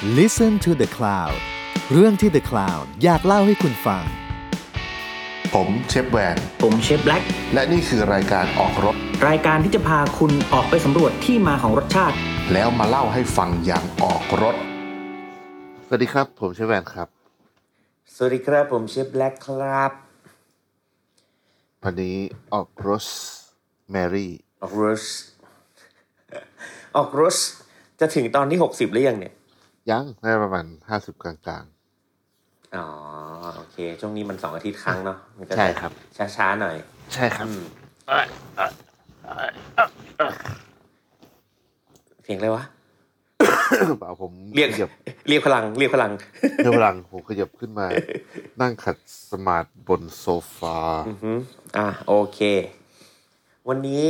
Listen to the Cloud เรื่องที่ The Cloud อยากเล่าให้คุณฟังผมเชฟแวนผมเชฟแบล็กและนี่คือรายการออกรถรายการที่จะพาคุณออกไปสำรวจที่มาของรสชาติแล้วมาเล่าให้ฟังอย่างออกรถสวัสดีครับผมเชฟแวนครับสวัสดีครับผมเชฟแบล็กครับวันนี้ออกรถแมรี่ออกรถจะถึงตอนที่60หรือยังเนี่ยยังได้ประมาณ50กลางๆอ๋อโอเคช่วงนี้มัน2อาทิตย์ครั้งเนาะมันจะใช่ครับช้าๆหน่อยใช่ครับเพลงอะไรวะเปล่าผมเรียกพลังผมขยับขึ้นมานั่งขัดสมาธิบนโซฟาโอเควันนี้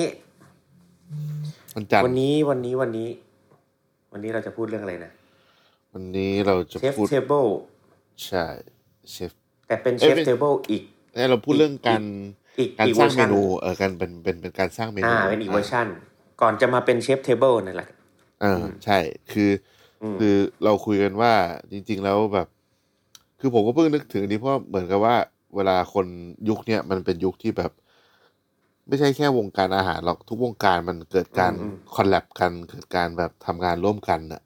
เราจะพูดเรื่องอะไรนะวันนี้เราจะพูดเชฟเทเบิลใช่เชฟแต่เป็นเชฟเทเบิลอีกเราพูดเรื่องการสร้างเมนูการเป็นการสร้างเมนูเป็นอีกเวอร์ชันก่อนจะมาเป็นเชฟเทเบิลนั่นแหละใช่คือเราคุยกันว่าจริงๆแล้วแบบคือผมก็เพิ่งนึกถึงอันนี้เพราะเหมือนกับว่าเวลาคนยุคเนี้ยมันเป็นยุคที่แบบไม่ใช่แค่วงการอาหารหรอกทุกวงการมันเกิดการคอลแลบกันเกิดการแบบทำงานร่วมกันน่ะ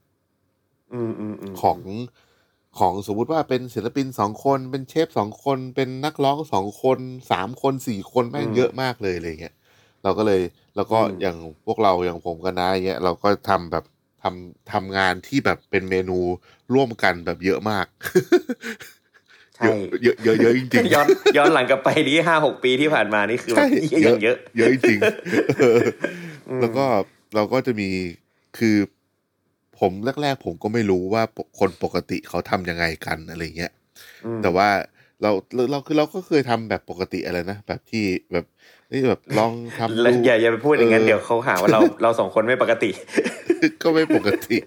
ของสมมุติว่าเป็นศิลปิน2คนเป็นเชฟ2คนเป็นนักร้อง2คน3คน4คนแม่งเยอะมากเลยอะไรเงี้ยเราก็เลยแล้วก็อย่างพวกเราอย่างผมกับน้าอย่างเงี้ยเราก็ทำแบบทำงานที่แบบเป็นเมนูร่วมกันแบบเยอะมากใช่เยอะจริงๆย้อนหลังกลับไปนี่ 5-6 ปีที่ผ่านมานี่คือแบบเยอะจริงแล้วก็เราก็จะมีคือผมแรกๆผมก็ไม่รู้ว่าคนปกติเขาทำยังไงกันอะไรเงี้ยแต่ว่าเราก็เคยทำแบบปกติอะไรนะแบบที่แบบนี่แบบลองทำดูอย่าไปพูดอย่างนั้นเดี๋ยวเขาหาว่าเรา2คนไม่ปกติก็ไม่ปกติ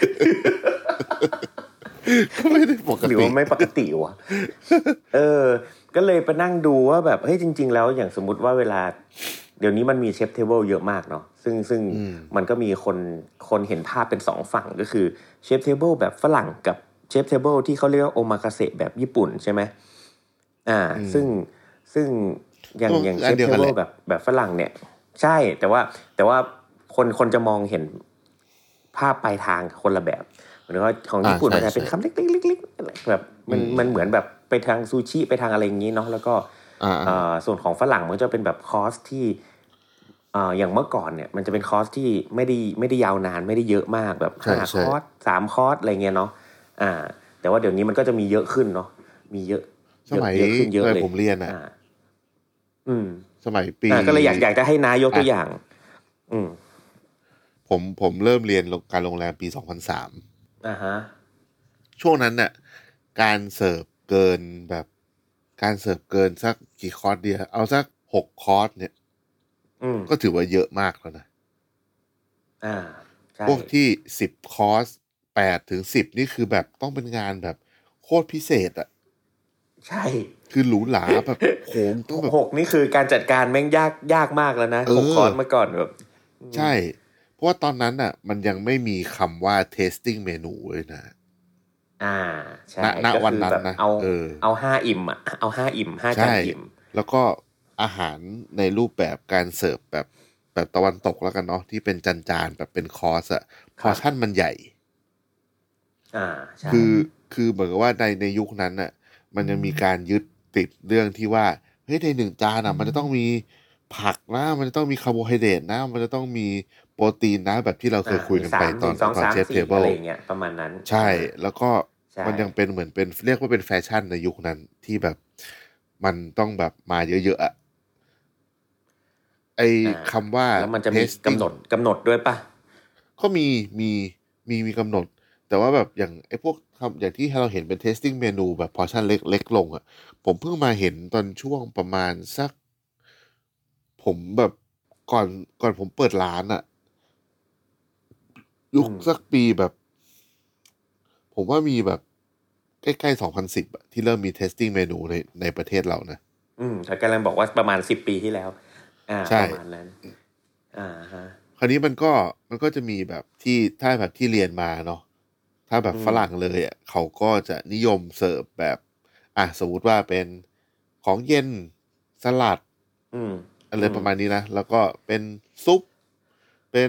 ก็ไม่ได้ปกติหรือว่าไม่ปกติวะก็เลยไปนั่งดูว่าแบบเฮ้ยจริงๆแล้วอย่างสมมุติว่าเวลาเดี๋ยวนี้มันมีเชฟเทเบิลเยอะมากเนาะซึ่งมันก็มีคนเห็นภาพเป็น2ฝั่งก็คือเชฟเทเบิลแบบฝรั่งกับเชฟเทเบิลที่เขาเรียกว่าโอมากาเสะแบบญี่ปุ่นใช่ไหมซึ่งอย่างเชฟเทเบิลแบบฝรั่งเนี่ยใช่แต่ว่าคนจะมองเห็นภาพปลายทางคนละแบบเหมือนว่าของญี่ปุ่นมันจะเป็นคำเล็กๆๆแบบมันเหมือนแบบไปทางซูชิไปทางอะไรอย่างนี้เนาะแล้วก็ส่วนของฝรั่งมันจะเป็นแบบคอร์สที่อย่างเมื่อก่อนเนี่ยมันจะเป็นคอร์สที่ไม่ได้ยาวนานไม่ได้เยอะมากแบบ5คอร์ส3คอร์สอะไรเงี้ยเนาะแต่ว่าเดี๋ยวนี้มันก็จะมีเยอะขึ้นเนาะมีเยอะสมัยขึ้นเยอะเลยผมเรียนสมัยปีก็เลยอยากจะให้นายกตัวอย่างผมเริ่มเรียนการโรงแรมปี2003ช่วงนั้นน่ะการเสิร์ฟเกินสักกี่คอร์สดีเอาสัก6คอร์สเนี่ยก็ถือว่าเยอะมากแล้วนะพวกที่10คอร์ส8ถึง10นี่คือแบบต้องเป็นงานแบบโคตรพิเศษอ่ะใช่คือหรูหราแบบโหงต้องแบบ 6นี่คือการจัดการแม่งยากมากแล้วนะ6คอร์สเมื่อก่อนแบบใช่เพราะว่าตอนนั้นน่ะมันยังไม่มีคำว่า tasting menu เลยนะใช่ณวันนั้นนะเอา5อิ่มอ่ะเอา5อิ่ม5จานอิ่มแล้วก็อาหารในรูปแบบการเสิร์ฟแบบตะวันตกแล้วกันเนาะที่เป็นจานแบบเป็นคอร์สอะพอร์ชั่นมันใหญ่ใช่คือเหมือนกับว่าในยุคนั้นน่ะมันยังมีการยึดติดเรื่องที่ว่าเฮ้ยใน1จานอ่ะมันจะต้องมีผักนะมันจะต้องมีคาร์โบไฮเดรตนะมันจะต้องมีโปรตีนนะแบบที่เราเคยคุยกันไปตอนเชฟเทเบิลอะไรอย่างเงี้ยประมาณนั้นใช่แล้วก็มันยังเป็นเหมือนเป็นเรียกว่าเป็นแฟชั่นในยุคนั้นที่แบบมันต้องแบบมาเยอะๆอ่ะไอ้คำว่าแล้วมันจะมีกำหนดด้วยป่ะก็มีกำหนดแต่ว่าแบบอย่างไอ้พวกอย่างที่เราเห็นเป็น tasting menu แบบพอร์ชั่นเล็กลงอ่ะผมเพิ่งมาเห็นตอนช่วงประมาณสักผมแบบก่อนผมเปิดร้านอ่ะยุคสักปีแบบผมว่ามีแบบใกล้ๆ2010อ่ะที่เริ่มมี tasting menu ในประเทศเรานะถ้ากำลังบอกว่าประมาณ10ปีที่แล้วประมาณนั้นคราวนี้มันก็จะมีแบบที่ถ้าแบบที่เรียนมาเนาะถ้าแบบฝรั่งเลยอ่ะเขาก็จะนิยมเสิร์ฟแบบสมมุติว่าเป็นของเย็นสลัดอะไรประมาณนี้นะแล้วก็เป็นซุปเป็น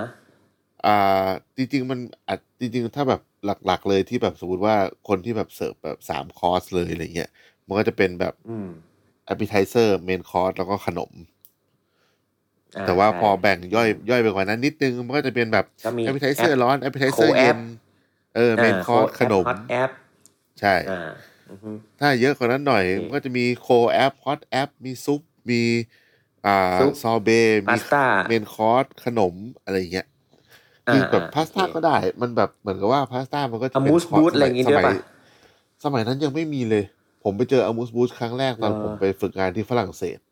จริงๆมันจริงๆถ้าแบบหลักๆเลยที่แบบสมมติว่าคนที่แบบเสิร์ฟแบบ3 คอร์สเลยอะไรเงี้ยมันก็จะเป็นแบบappetizer main course แล้วก็ขนมแต่ว่าพอแบ่งย่อยไปกว่านั้นนิดนึงมันก็จะเป็นแบบ appetizer ร้อน appetizer เย็นmain course ขนม hot app ใช่ถ้าเยอะกว่านั้นหน่อยมันก็จะมี cold app hot app มีซุปมีซอเบต์มีเมนคอร์สขนมอะไรเงี้ยคือแบบพาสต้าก็ได้มันแบบเหมือนกับว่าพาสต้ามันก็จะเป็นคอร์สสมัยนั้นยังไม่มีเลยผมไปเจออามูสบูสครั้งแรกตอนผมไปฝึกงานที่ฝรั่งเศส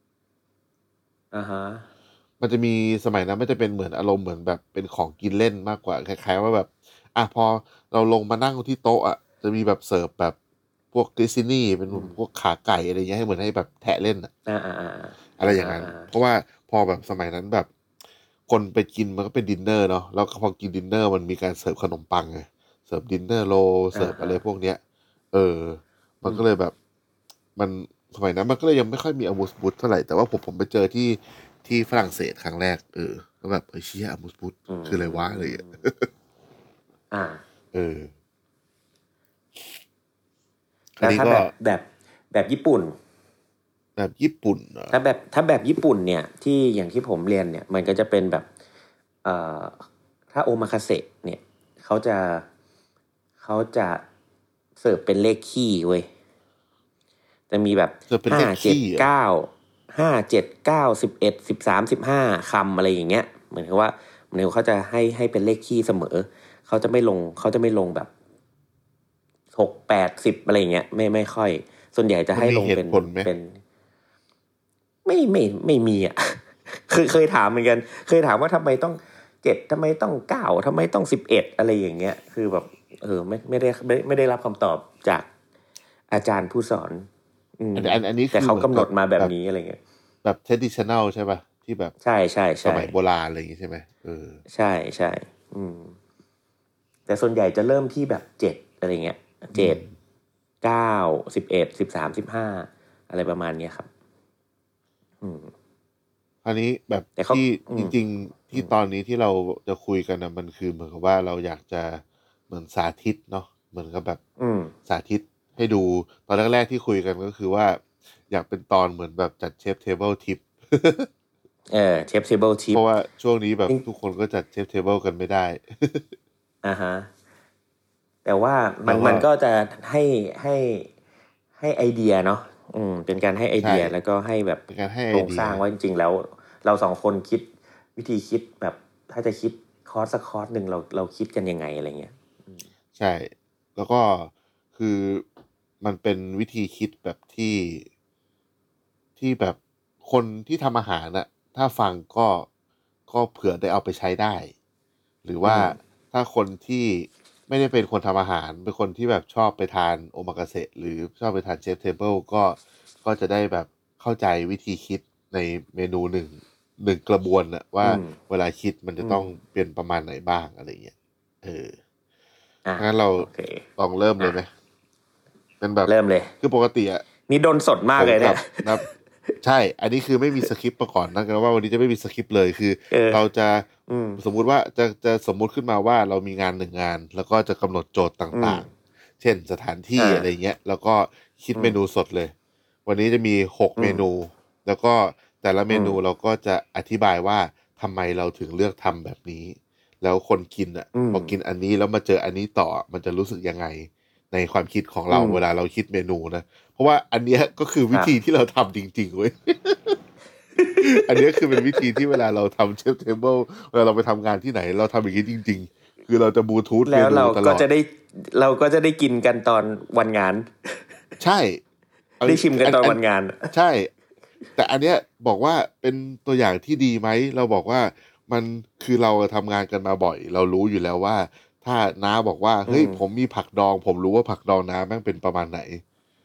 มันจะมีสมัยนั้นมันจะเป็นเหมือนอารมณ์เหมือนแบบเป็นของกินเล่นมากกว่าคล้ายๆว่าแบบพอเราลงมานั่งที่โต๊ะจะมีแบบเสิร์ฟแบบพวกกริซินี่เป็นพวกขาไก่อะไรเงี้ยให้เหมือนให้แบบแทะเล่นอะไรอย่างนั้นเพราะว่าพอแบบสมัยนั้นแบบคนไปกินมันก็เป็นดินเนอร์เนาะแล้วพอกินดินเนอร์มันมีการเสิร์ฟขนมปังไงเสิร์ฟดินเนอร์โรเสิร์ฟอะไรพวกเนี้ยมันก็เลยแบบมันสมัยนั้นมันก็เลยยังไม่ค่อยมีอามูสบูธเท่าไหร่แต่ว่าผมไปเจอที่ฝรั่งเศสครั้งแรกก็แบบเชี่ยอามูสบูธคืออะไรวะอะไรอย่างเงี้ยแล้วถ้าแบบญี่ปุ่นแบบญี่ปุ่นถ้าแบบญี่ปุ่นเนี่ยที่อย่างที่ผมเรียนเนี่ยมันก็จะเป็นแบบถ้าโอมาคาเสะเนี่ยเขาจะเสิร์ฟเป็นเลขคี่เว้ยจะมีแบบ5 7 9 11 13 15คำอะไรอย่างเงี้ยเหมือนกับว่าเหมือนเขาจะให้เป็นเลขคี่เสมอเขาจะไม่ลงแบบ6 8 10อะไรอย่างเงี้ยไม่ค่อยส่วนใหญ่จะให้ลงเป็นไม่มีอ่ะ เคยถามเหมือนกันเคยถามว่าทำไมต้อง7ทำไมต้อง9ทำไมต้อง11อะไรอย่างเงี้ยคือแบบไม่ได้รับคำตอบจากอาจารย์ผู้สอนอันนี้แต่เขากำหนดมาแบบนี้อะไรเงี้ยแบบ traditional ใช่ป่ะที่แบบใช่สมัยโบราณอะไรอย่างงี้ใช่ไหมใช่แต่ส่วนใหญ่จะเริ่มที่แบบ7อะไรเงี้ย7 9 11 13 15อะไรประมาณนี้ครับอันนี้แบบที่จริงๆที่ตอนนี้ที่เราจะคุยกันนะมันคือเหมือนกับว่าเราอยากจะเหมือนสาธิตเนาะเหมือนกับแบบสาธิตให้ดูตอนแรกๆที่คุยกันก็คือว่าอยากเป็นตอนเหมือนแบบจัดเชฟเทเบิลทิปเชฟเทเบิลทิปเพราะว่าช่วงนี้แบบทุกคนก็จัดเชฟเทเบิลกันไม่ได้ฮะแต่ว่ามันก็จะให้ไอเดียเนาะเป็นการให้ไอเดียแล้วก็ให้แบบโครงสร้างว่าจริงๆแล้วเรา2คนคิดวิธีคิดแบบถ้าจะคิดคอร์สสักคอร์สนึงเราคิดกันยังไงอะไรเงี้ยใช่แล้วก็คือมันเป็นวิธีคิดแบบที่แบบคนที่ทำอาหารน่ะถ้าฟังก็เผื่อได้เอาไปใช้ได้หรือว่าถ้าคนที่ไม่ได้เป็นคนทำอาหารเป็นคนที่แบบชอบไปทานโอมากาเสะหรือชอบไปทานเชฟเทเบิลก็จะได้แบบเข้าใจวิธีคิดในเมนูหนึ่งกระบวนน่ะว่าเวลาคิดมันจะต้องเป็นประมาณไหนบ้างอะไรเงี้ยงั้นเราลองเริ่มเลยไหมเป็นแบบเริ่มเลยคือปกตินี่โดนสดมากเลยเนี่ยใช่อันนี้คือไม่มีสคริปต์มาก่อนนะกันว่าวันนี้จะไม่มีสคริปต์เลยคือเราจะสมมุติว่าจะสมมุติขึ้นมาว่าเรามีงาน1 งานแล้วก็จะกำหนดโจทย์ต่างๆเช่นสถานที่อะไรเงี้ยแล้วก็คิดเมนูสดเลยวันนี้จะมี6 เมนูแล้วก็แต่ละเมนูเราก็จะอธิบายว่าทำไมเราถึงเลือกทำแบบนี้แล้วคนกินพอกินอันนี้แล้วมาเจออันนี้ต่อมันจะรู้สึกยังไงในความคิดของเราเวลาเราคิดเมนูนะเพราะว่าอันเนี้ยก็คือวิธีที่เราทำจริงๆเว้ย อันนี้คือเป็นวิธีที่เวลาเราทำเชฟเทเบิลเวลาเราไปทำงานที่ไหนเราทำอย่างนี้จริงๆคือเราจะบลูทูธเมนูตลอดเราก็จะได้กินกันตอนวันงานใช่ได้ชิมกันตอนวันงานใช่แต่อันเนี้ยบอกว่าเป็นตัวอย่างที่ดีไหมเราบอกว่ามันคือเราทำงานกันมาบ่อยเรารู้อยู่แล้วว่าถ้าน้าบอกว่าเฮ้ยผมมีผักดองผมรู้ว่าผักดองน้าแม่งเป็นประมาณไหน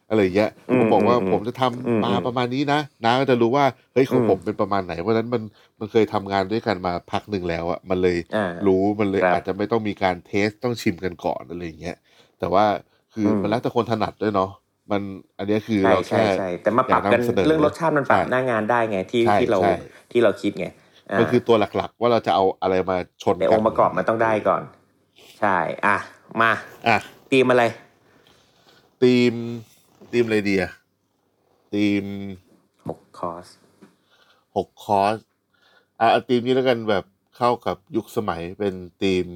อะไรอย่างเงี้ยผมบอกว่าผมจะทำมาประมาณนี้นะน้าก็จะรู้ว่าเฮ้ยของผมเป็นประมาณไหนเพราะฉะนั้นมันเคยทำงานด้วยกันมาพักหนึ่งแล้วอ่ะมันเลยรู้มันเลยอาจจะไม่ต้องมีการเทสต้องชิมกันก่อนอะไรอย่างเงี้ยแต่ว่าคือมันแล้วแต่คนถนัดด้วยเนาะมันอันนี้คือเราแค่แต่มาปรับกันเรื่องรสชาติมันปรับหน้างานได้ไงที่เราคิดไงมันคือตัวหลักๆว่าเราจะเอาอะไรมาชนกันแต่องค์ประกอบมันต้องได้ก่อนใช่มาธีมอะไรธีมอะไรดีอะธีม 6 คอร์สธีมนี้แล้วกันแบบเข้ากับยุคสมัยเป็นธีม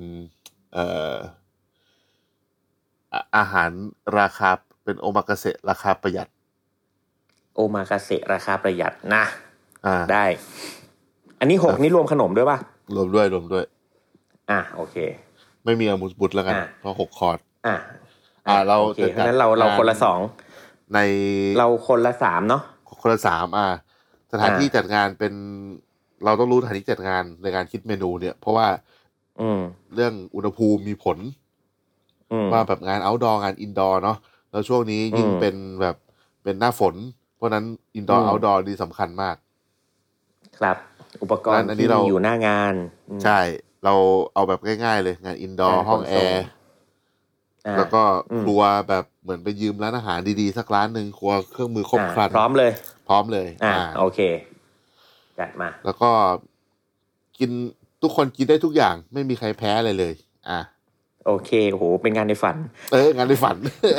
อาหารราคาเป็นโอมากาเสะราคาประหยัดโอมากาเสะราคาประหยัดนะได้อันนี้6นี่รวมขนมด้วยป่ะรวมด้วยโอเคไม่มีอามุสบุตแล้วกันเพราะ6 คอร์สเราโอเคงั้นเราคนละ2 ในเราคนละ3เนาะคนละ3สถานที่จัดงานเป็นเราต้องรู้สถานที่จัดงานในการคิดเมนูเนี่ยเพราะว่าเรื่องอุณหภูมิมีผลว่าแบบงานเอาท์ดอร์งานอินดอร์เนาะแล้วช่วงนี้ยิ่งเป็นแบบเป็นหน้าฝนเพราะนั้นอินดอร์เอาท์ดอร์นี่สำคัญมากครับอุปกรณ์ที่มีอยู่หน้างานใช่เราเอาแบบง่ายๆเลยงานอินดอร์ห้องแอร์แล้วก็ครัวแบบเหมือนไปยืมร้านอาหารดีๆสักร้านนึงครัวเครื่องมือครบครันพร้อมเลยโอเคจัดมาแล้วก็กินทุกคนกินได้ทุกอย่างไม่มีใครแพ้อะไรเลยโอเคโอ้โหเป็นงานในฝันงานในฝัน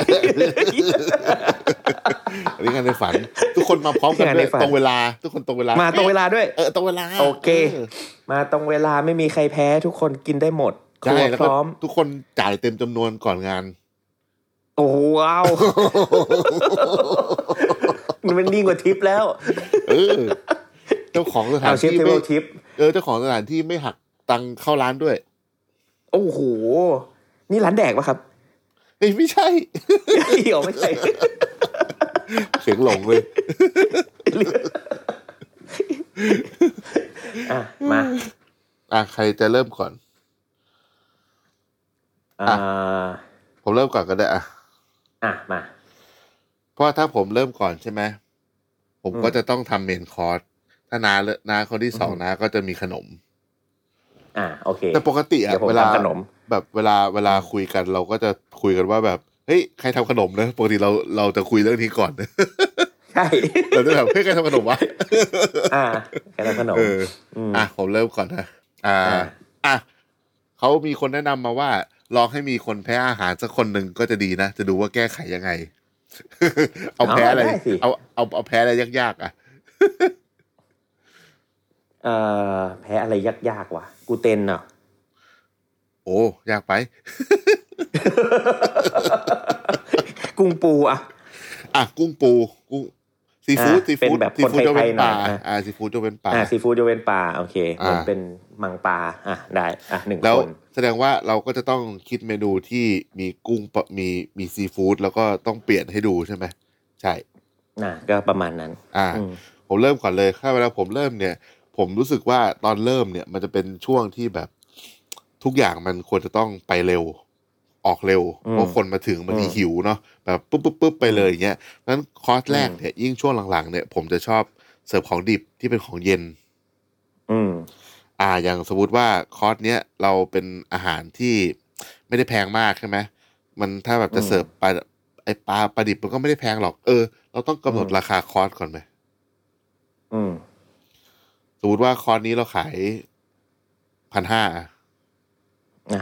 อันนี้งานในฝันทุกคนมาพร้อมกันด้วยตรงเวลาทุกคนตรงเวลามาตรงเวลาด้วยตรงเวลาโอเคมาตรงเวลาไม่มีใครแพ้ทุกคนกินได้หมดครัวพร้อมทุกคนจ่ายเต็มจำนวนก่อนงานโอ้ว้าวมันยิ่งกว่าทิปแล้วเจ้าของสถานที่ไม่เจ้าของสถานที่ไม่หักตังค์เข้าร้านด้วยโอ้โหนี่ร้านแดกป่ะครับไม่ใช่ไม่ใช่เสียงหลงเลยมาใครจะเริ่มก่อนผมเริ่มก่อนก็ได้มาเพราะถ้าผมเริ่มก่อนใช่ไหมผมก็จะต้องทำเมนคอร์สถ้านาคนที่2นาก็จะมีขนมโอเคแต่ปกติเวลาแบบเวลาคุยกันเราก็จะคุยกันว่าแบบเฮ้ยใครทำขนมนะปกติเราจะคุยเรื่องนี้ก่อนใช่เราจะแบบเฮ้ยใครทำขนมวะใครทำขนมผมเริ่มก่อนนะเขามีคนแนะนำมาว่าลองให้มีคนแพ้อาหารสักคนหนึ่งก็จะดีนะจะดูว่าแก้ไขยังไงเอาแพ้อะไรเอาแพ้อะไรยากแพ้อะไรยากๆวะกูเตนเหรอโอ้ยากไปกุ้งปูกุ้งปูกุ้งซีฟู้ดแบบคนไทยๆหน่อยซีฟู้ดจะเป็นปลาซีฟู้ดจะเป็นปลาโอเคมันเป็นมังปลาได้1 คนแล้วแสดงว่าเราก็จะต้องคิดเมนูที่มีกุ้งมีซีฟู้ดแล้วก็ต้องเปลี่ยนให้ดูใช่ไหมใช่ก็ประมาณนั้นผมเริ่มก่อนเลยเวลาผมเริ่มเนี่ยผมรู้สึกว่าตอนเริ่มเนี่ยมันจะเป็นช่วงที่แบบทุกอย่างมันควรจะต้องไปเร็วออกเร็วเพราะคนมาถึงบางทีหิวเนาะแบบปุ๊บไปเลยอย่างเงี้ยนั้นคอร์สแรกเนี่ยยิ่งช่วงหลังๆเนี่ยผมจะชอบเสิร์ฟของดิบที่เป็นของเย็นอย่างสมมติว่าคอร์สเนี้ยเราเป็นอาหารที่ไม่ได้แพงมากใช่ไหมมันถ้าแบบจะเสิร์ฟปลาดิบมันก็ไม่ได้แพงหรอกเราต้องกำหนดราคาคอร์สก่อนไหมสมมติว่าคอร์สนี้เราขาย 1,500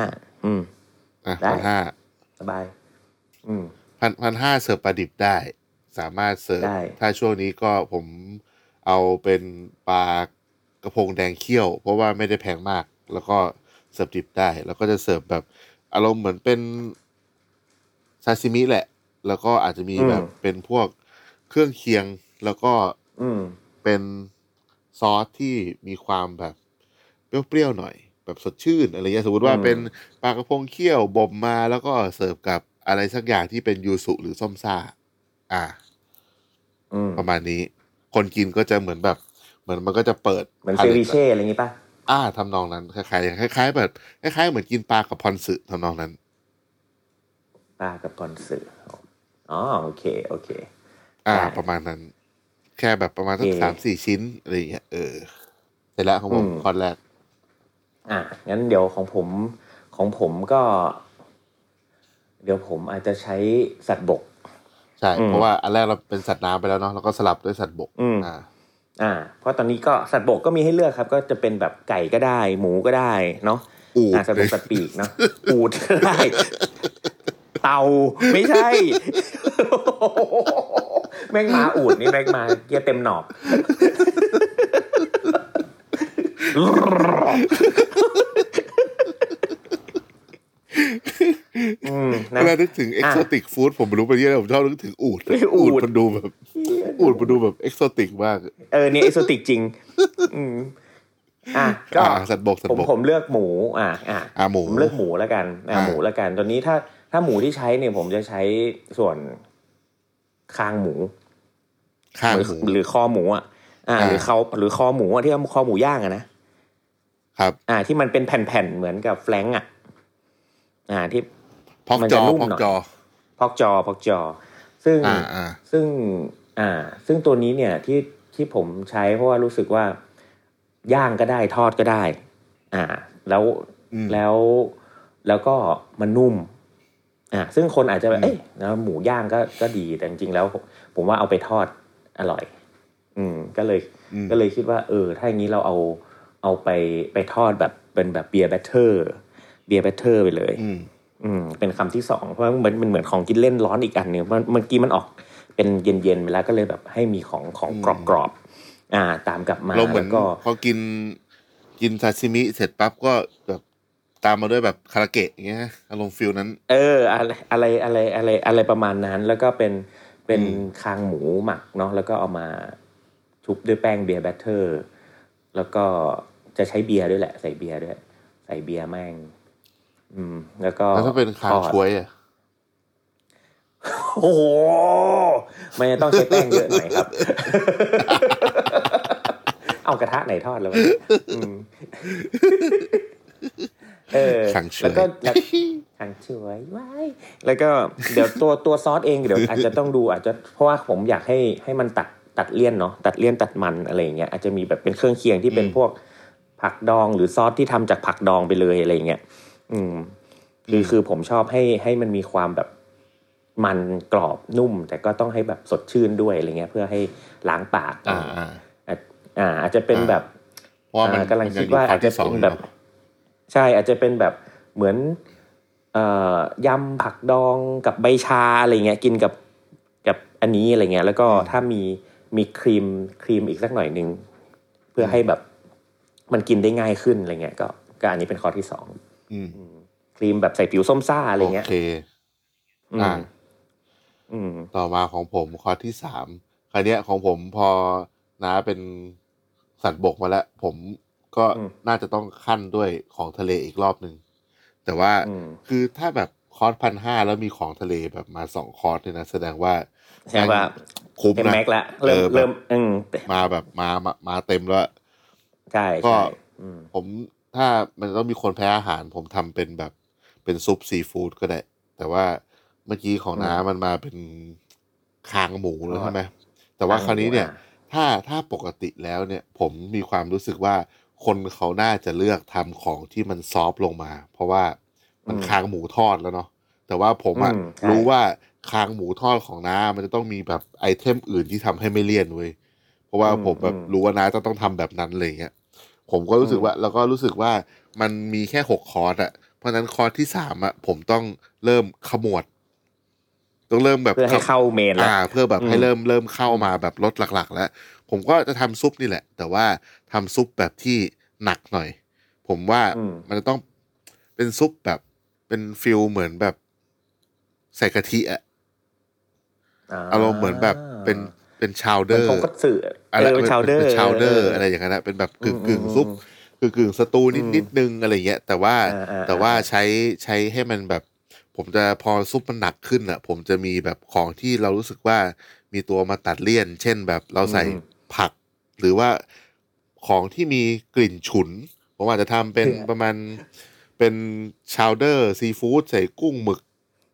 1,500 สบาย 1,500เสิร์ฟปลาดิบได้สามารถเสิร์ฟถ้าช่วงนี้ก็ผมเอาเป็นปลากระพงแดงเคี่ยวเพราะว่าไม่ได้แพงมากแล้วก็เสิร์ฟดิบได้แล้วก็จะเสิร์ฟแบบอารมณ์เหมือนเป็นซาซิมิแหละแล้วก็อาจจะมีแบบเป็นพวกเครื่องเคียงแล้วก็เป็นซอสที่มีความแบบเปรี้ยวๆหน่อยแบบสดชื่นอะไรเงี้ยสมมติว่าเป็นปลากระพงเคี่ยวบ่มมาแล้วก็เสิร์ฟกับอะไรสักอย่างที่เป็นยูสุหรือส้มซ่าประมาณนี้คนกินก็จะเหมือนแบบเหมือนมันก็จะเปิดเหมือนเซวิเช่อะไรอย่างงี้ป่ะทำนองนั้นคล้ายๆแบบคล้ายๆเหมือนกินปลากับพอนสึทำนองนั้นปลากับพอนสึอ๋อโอเคโอเคประมาณนั้นแค่แบบประมาณสัก3-4 ชิ้นอะไรอย่างเงี้ยเสร็จแล้วของผมคอร์สแรกงั้นเดี๋ยวของผมก็ เดี๋ยวผมอาจจะใช้สัตว์บกใช่เพราะว่าอันแรกเราเป็นสัตว์น้ำไปแล้วเนาะแล้วก็สลับด้วยสัตว์บกเพราะตอนนี้ก็สัตว์บกก็มีให้เลือกครับก็จะเป็นแบบไก่ก็ได้หมูก็ได้เนาะสัตว์บกสัตว์ปีกเนาะอูฐก็ได้เต่าไม่ใช่แม่งมาอูฐนี่แม่งมาเกียเต็มหนอกเวลานึกถึงเอ็กโซติกฟู้ดผมไม่รู้ไปที่ไหนผมชอบนึกถึงอูฐมันดูแบบเอ็กโซติกมากเนี่ยเอ็กโซติกจริงก็สัตว์บกผมเลือกหมูหมูผมเลือกหมูแล้วกันหมูแล้วกันตอนนี้ถ้าหมูที่ใช้เนี่ยผมจะใช้ส่วนคางหมูหรือคอหมูหรือคอหมูที่คอหมูย่างนะครับที่มันเป็นแผ่นๆเหมือนกับแฟลงที่พอกจอซึ่งตัวนี้เนี่ยที่ผมใช้เพราะว่ารู้สึกว่าย่างก็ได้ทอดก็ได้แล้วก็มันนุ่มซึ่งคนอาจจะแบบแล้วหมูย่างก็ดีแต่จริงๆแล้วผมว่าเอาไปทอดอร่อยก็เลยคิดว่าถ้าอย่างนี้เราเอาไปทอดแบบเป็นแบบเบียร์แบตเตอร์ไปเลยเป็นคำที่สองเพราะมันเหมือนของกินเล่นร้อนอีกอันนึงเมื่อกี้มันออกเป็นเย็นๆไปแล้วก็เลยแบบให้มีของกรอบตามกลับมาแล้วก็พอกินซาชิมิเสร็จปั๊บก็แบบตามมาด้วยแบบคาราเกะอย่างเงี้ยอารมณ์ฟิลนั้นอะไรประมาณนั้นแล้วก็เป็นคางหมูหมักเนาะแล้วก็เอามาชุบด้วยแป้งเบียร์แบตเตอร์แล้วก็จะใช้เบียร์ด้วยแหละใส่เบียร์ด้วยใส่เบียร์แม่งแล้วถ้าเป็นคางช่วยโอ้โหมันต้องใช้แป้งเยอะหน่อยครับเอากระทะไหนทอดแล้วแล้วก็คางช่วยว้ายแล้วก็เดี๋ยวตัวซอสเองเดี๋ยวอาจจะต้องดูอาจจะเพราะว่าผมอยากให้มันตัดเลี่ยนเนาะตัดเลี่ยนตัดมันอะไรอย่างเงี้ยอาจจะมีแบบเป็นเครื่องเคียงที่เป็นพวกผักดองหรือซอสที่ทำจากผักดองไปเลยอะไรอย่างเงี้ยคือผมชอบให้มันมีความแบบมันกรอบนุ่มแต่ก็ต้องให้แบบสดชื่นด้วยอะไรเงี้ยเพื่อให้ล้างปากอาจจะเป็นแบบกำลังคิดว่าอาจจะเป็นแบบใช่อาจจะเป็นแบบเหมือนยำผักดองกับใบชาอะไรเงี้ยกินกับอันนี้อะไรเงี้ยแล้วก็ถ้ามีครีมอีกสักหน่อยนึงเพื่อให้แบบมันกินได้ง่ายขึ้นอะไรเงี้ยก็อันนี้เป็นข้อที่สองครีมแบบใส่ผิวส้มซ่าอะไรเงี้ยโอเคต่อมาของผมข้อที่3คราวเนี้ยของผมพอน้าเป็นสัตว์บกมาแล้วผมก็น่าจะต้องขั้นด้วยของทะเลอีกรอบนึงแต่ว่าคือถ้าแบบคอร์ส 1,500 แล้วมีของทะเลแบบมา2คอร์สเนี่ยนะแสดงว่าคุ้มนะแม็กละเริ่มมาแบบมาเต็มแล้วใช่ก็ผมถ้ามันต้องมีคนแพ้อาหารผมทำเป็นแบบเป็นซุปซีฟู้ดก็ได้แต่ว่าเมื่อกี้ของน้ามันมาเป็นคางหมูแล้วใช่ไหมแต่ว่าคราวนี้เนี่ยถ้าปกติแล้วเนี่ยผมมีความรู้สึกว่าคนเขาน่าจะเลือกทำของที่มันซอฟต์ลงมาเพราะว่ามันคางหมูทอดแล้วเนาะแต่ว่าผมรู้ว่าคางหมูทอดของน้ามันจะต้องมีแบบไอเทมอื่นที่ทำให้ไม่เลี่ยนเว้ยเพราะว่าผมแบบรู้ว่าน้าต้องทำแบบนั้นเลยเงี้ยผมก็รู้สึกว่าแล้วก็รู้สึกว่ามันมีแค่6คอร์สอะเพราะนั้นคอร์สที่3ผมต้องเริ่มขมวดต้องเริ่มแบบเพื่อให้เข้าเมนแล้วเพื่อแบบให้เริ่มเข้ามาแบบรสหลักๆแล้วผมก็จะทำซุปนี่แหละแต่ว่าทำซุปแบบที่หนักหน่อยผมว่ามันจะต้องเป็นซุปแบบเป็นฟิลเหมือนแบบใส่กะทิอารมณ์เหมือนแบบเป็นชาวเดอร์ทงคัตสึเป็นชาวเดอร์อะไรอย่างเงี้ยเป็นแบบกึ่งซุปกึ่งสตูนิดนึงอะไรเงี้ยแต่ว่าใช้ให้มันแบบผมจะพอซุปมันหนักขึ้นผมจะมีแบบของที่เรารู้สึกว่ามีตัวมาตัดเลี่ยนเช่นแบบเราใส่ผักหรือว่าของที่มีกลิ่นฉุนผมอาจจะทำเป็นประมาณเป็นชาวเดอร์ซีฟู้ดใส่กุ้งหมึก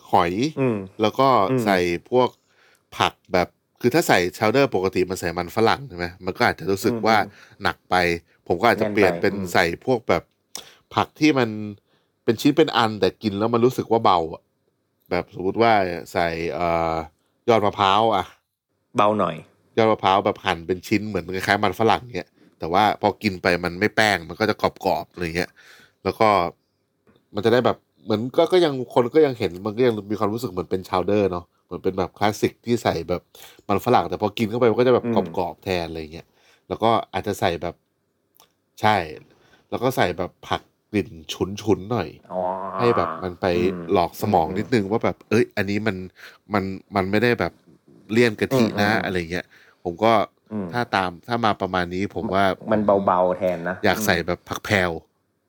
หอยแล้วก็ใส่พวกผักแบบคือถ้าใส่ชาวเดอร์ปกติมันใส่มันฝรั่งใช่ไหมมันก็อาจจะรู้สึกว่าหนักไปผมก็อาจจะเปลี่ยนเป็นใส่พวกแบบผักที่มันเป็นชิ้นเป็นอันแต่กินแล้วมันรู้สึกว่าเบาอ่ะแบบสมมติว่าใส่ยอดมะพร้าวอ่ะเบาหน่อยยอดมะพร้าวแบบหั่นเป็นชิ้นเหมือนคล้ายๆมันฝรั่งเงี้ยแต่ว่าพอกินไปมันไม่แป้งมันก็จะกรอบๆอะไรเงี้ยแล้วก็มันจะได้แบบเหมือนก็ยังคนก็ยังเห็นมันก็ยังมีความรู้สึกเหมือนเป็นชาวเดอร์เนาะเหมือนเป็นแบบคลาสสิกที่ใส่แบบมันฝรั่งแต่พอกินเข้าไปมันก็จะแบบกรอบๆแทนอะไรเงี้ยแล้วก็อาจจะใส่แบบใช่แล้วก็ใส่แบบผักกลิ่นฉุนๆหน่อยให้แบบมันไปหลอกสมองนิดนึงว่าแบบอันนี้มันไม่ได้แบบเลี่ยนกะทินะอะไรเงี้ยผมก็ถ้ามาประมาณนี้ผมว่ามันเบาๆแทนนะอยากใส่แบบผักแพรว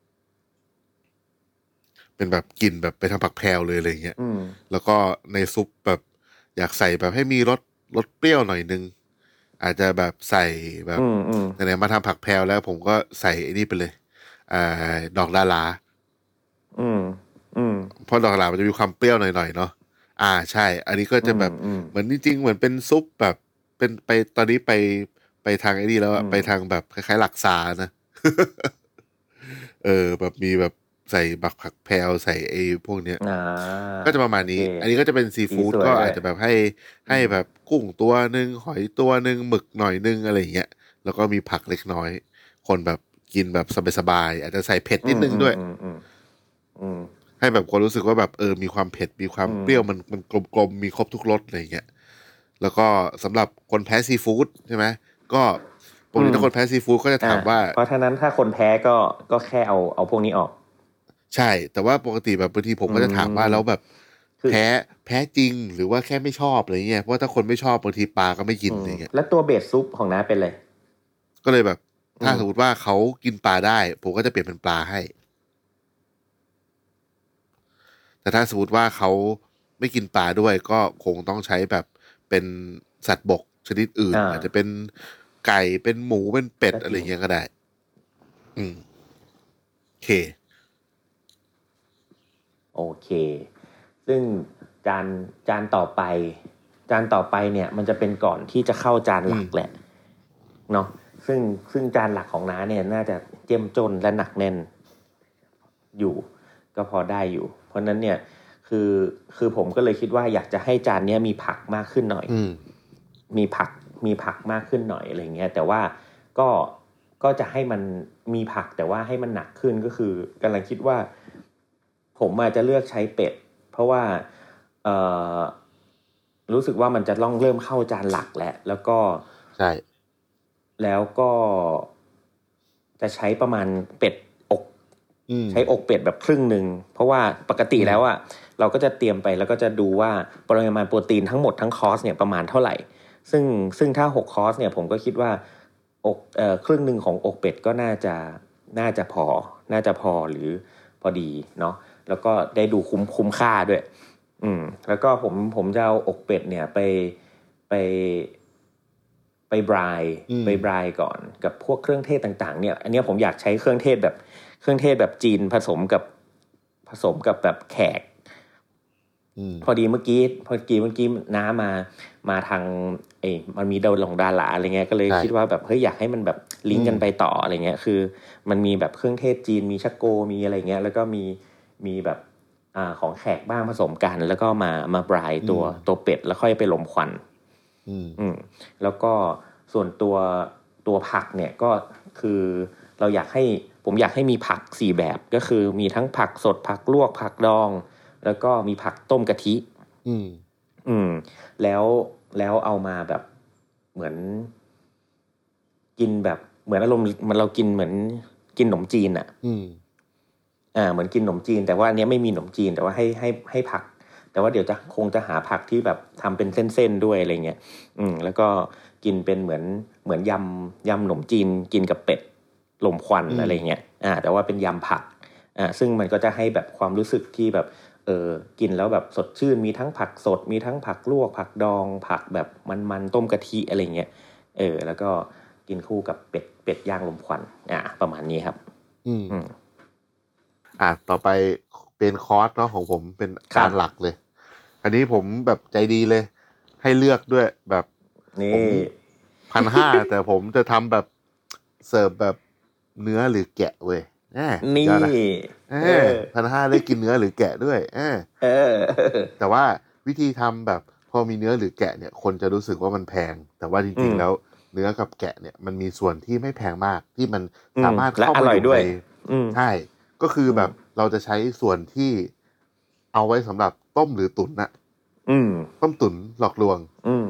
เป็นแบบกลิ่นแบบไปทางผักแพรวเลยอะไรเงี้ยแล้วก็ในซุปแบบอยากใส่แบบให้มีรสเปรี้ยวหน่อยนึงอาจจะแบบใส่แบบไหนๆมาทำผักแพรวแล้วผมก็ใส่ไอ้นี่ไปเลยดอกดาราเพราะดอกดารามันจะมีความเปรี้ยวหน่อยๆเนาะใช่อันนี้ก็จะแบบเหมือนจริงๆเหมือนเป็นซุปแบบเป็นไปตอนนี้ไปทางไอ้นี่แล้วไปทางแบบคล้ายๆหลักซานะแบบมีแบบใส่บักผักแพรวใส่ไอ้พวกเนี้ยก็จะประมาณนี้อันนี้ก็จะเป็นซีฟู้ดก็อาจจะแบบให้แบบกุ้งตัวนึงหอยตัวนึงหมึกหน่อยนึงอะไรอย่างเงี้ยแล้วก็มีผักเล็กน้อยคนแบบกินแบบสบายๆอาจจะใส่เผ็ดนิดนึงด้วยให้แบบคนรู้สึกว่าแบบมีความเผ็ดมีความเปรี้ยวมันกลมๆมีครบทุกรสอะไรอย่างเงี้ยแล้วก็สำหรับคนแพ้ซีฟู้ดใช่ไหมก็ปกติถ้าคนแพ้ซีฟู้ดก็จะถามว่าเพราะฉะนั้นถ้าคนแพ้ก็แค่เอาพวกนี้ออกใช่แต่ว่าปกติแบบบางทีผมก็จะถามว่าแล้วแบบแพ้จริงหรือว่าแค่ไม่ชอบอะไรเงี้ยเพราะว่าถ้าคนไม่ชอบบางทีปลาก็ไม่กินอะไรเงี้ยแล้วตัวเบสซุปของน้าเป็นเลยก็เลยแบบถ้าสมมติว่าเขากินปลาได้ผมก็จะเปลี่ยนเป็นปลาให้แต่ถ้าสมมติว่าเขาไม่กินปลาด้วยก็คงต้องใช้แบบเป็นสัตว์บกชนิดอื่นอาจจะเป็นไก่เป็นหมูเป็นเป็ดอะไรเงี้ยก็ได้โอเคซึ่งจานต่อไปเนี่ยมันจะเป็นก่อนที่จะเข้าจานหลักแหละเนาะซึ่งจานหลักของน้าเนี่ยน่าจะเจ้มจนและหนักแน่นอยู่ก็พอได้อยู่เพราะนั้นเนี่ยคือผมก็เลยคิดว่าอยากจะให้จานนี้มีผักมากขึ้นหน่อยมีผักมากขึ้นหน่อยอะไรเงี้ยแต่ว่าก็จะให้มันมีผักแต่ว่าให้มันหนักขึ้นก็คือกำลังคิดว่าผมอาจจะเลือกใช้เป็ดเพราะว่ารู้สึกว่ามันจะต้องเริ่มเข้าจานหลักแล้วก็ใช่แล้วก็จะใช้ประมาณเป็ดอกใช้อกเป็ดแบบครึ่งนึงเพราะว่าปกติแล้วอ่ะเราก็จะเตรียมไปแล้วก็จะดูว่าปริมาณโปรตีนทั้งหมดทั้งคอร์สเนี่ยประมาณเท่าไหร่ซึ่งถ้า6คอร์สเนี่ยผมก็คิดว่าครึ่งนึงของอกเป็ดก็น่าจะพอหรือพอดีเนาะแล้วก็ได้ดูคุ้มค่าด้วยแล้วก็ผมจะเอาอกเป็ดเนี่ยไปบรายก่อนกับพวกเครื่องเทศต่างๆเนี่ยอันนี้ผมอยากใช้เครื่องเทศแบบจีนผสมกับแบบแขกพอดีเมื่อกี้น้ามาทางมันมีดาราอะไรเงี้ยก็เลยคิดว่าแบบเฮ้ยอยากให้มันแบบลิงก์กันไปต่ออะไรเงี้ยคือมันมีแบบเครื่องเทศจีนมีชักโกมีอะไรเงี้ยแล้วก็มีแบบของแขกบ้างผสมกันแล้วก็มาบรายตัวเป็ดแล้วค่อยไปลมควันแล้วก็ส่วนตัวผักเนี่ยก็คือผมอยากให้มีผัก4แบบก็คือมีทั้งผักสดผักลวกผักดองแล้วก็มีผักต้มกะทิแล้วเอามาแบบเหมือนกินแบบเหมือนอารมณ์มันเรากินเหมือนกินขนมจีนอ่ะเหมือนกินขนมจีนแต่ว่าอันนี้ไม่มีขนมจีนแต่ว่าให้ผักแต่ว่าเดี๋ยวคงจะหาผักที่แบบทำเป็นเส้นๆด้วยอะไรเงี้ยแล้วก็กินเป็นเหมือนยำขนมจีนกินกับเป็ดลมควันอะไรเงี้ยแต่ว่าเป็นยำผักซึ่งมันก็จะให้แบบความรู้สึกที่แบบกินแล้วแบบสดชื่นมีทั้งผักสดมีทั้งผักลวกผักดองผักแบบมันต้มกะทิอะไรเงี้ยแล้วก็กินคู่กับเป็ดย่างลมควันประมาณนี้ครับต่อไปเป็นคอร์สเนาะของผมเป็นจานหลักเลยอันนี้ผมแบบใจดีเลยให้เลือกด้วยแบบผนี่ม 1,500 แต่ผมจะทำแบบเสิร์ฟแบบเนื้อหรือแกะเว้ยนี่ยอดนะ 1,500 ได้กินเนื้อหรือแกะด้วยแต่ว่าวิธีทำแบบพอมีเนื้อหรือแกะเนี่ยคนจะรู้สึกว่ามันแพงแต่ว่าจริงๆแล้วเนื้อกับแกะเนี่ยมันมีส่วนที่ไม่แพงมากที่มันสามารถเข้ามาอยู่ในใช่ก็คือแบบเราจะใช้ส่วนที่เอาไว้สำหรับต้มหรือตุ๋นนะต้มตุ๋นหลอกลวง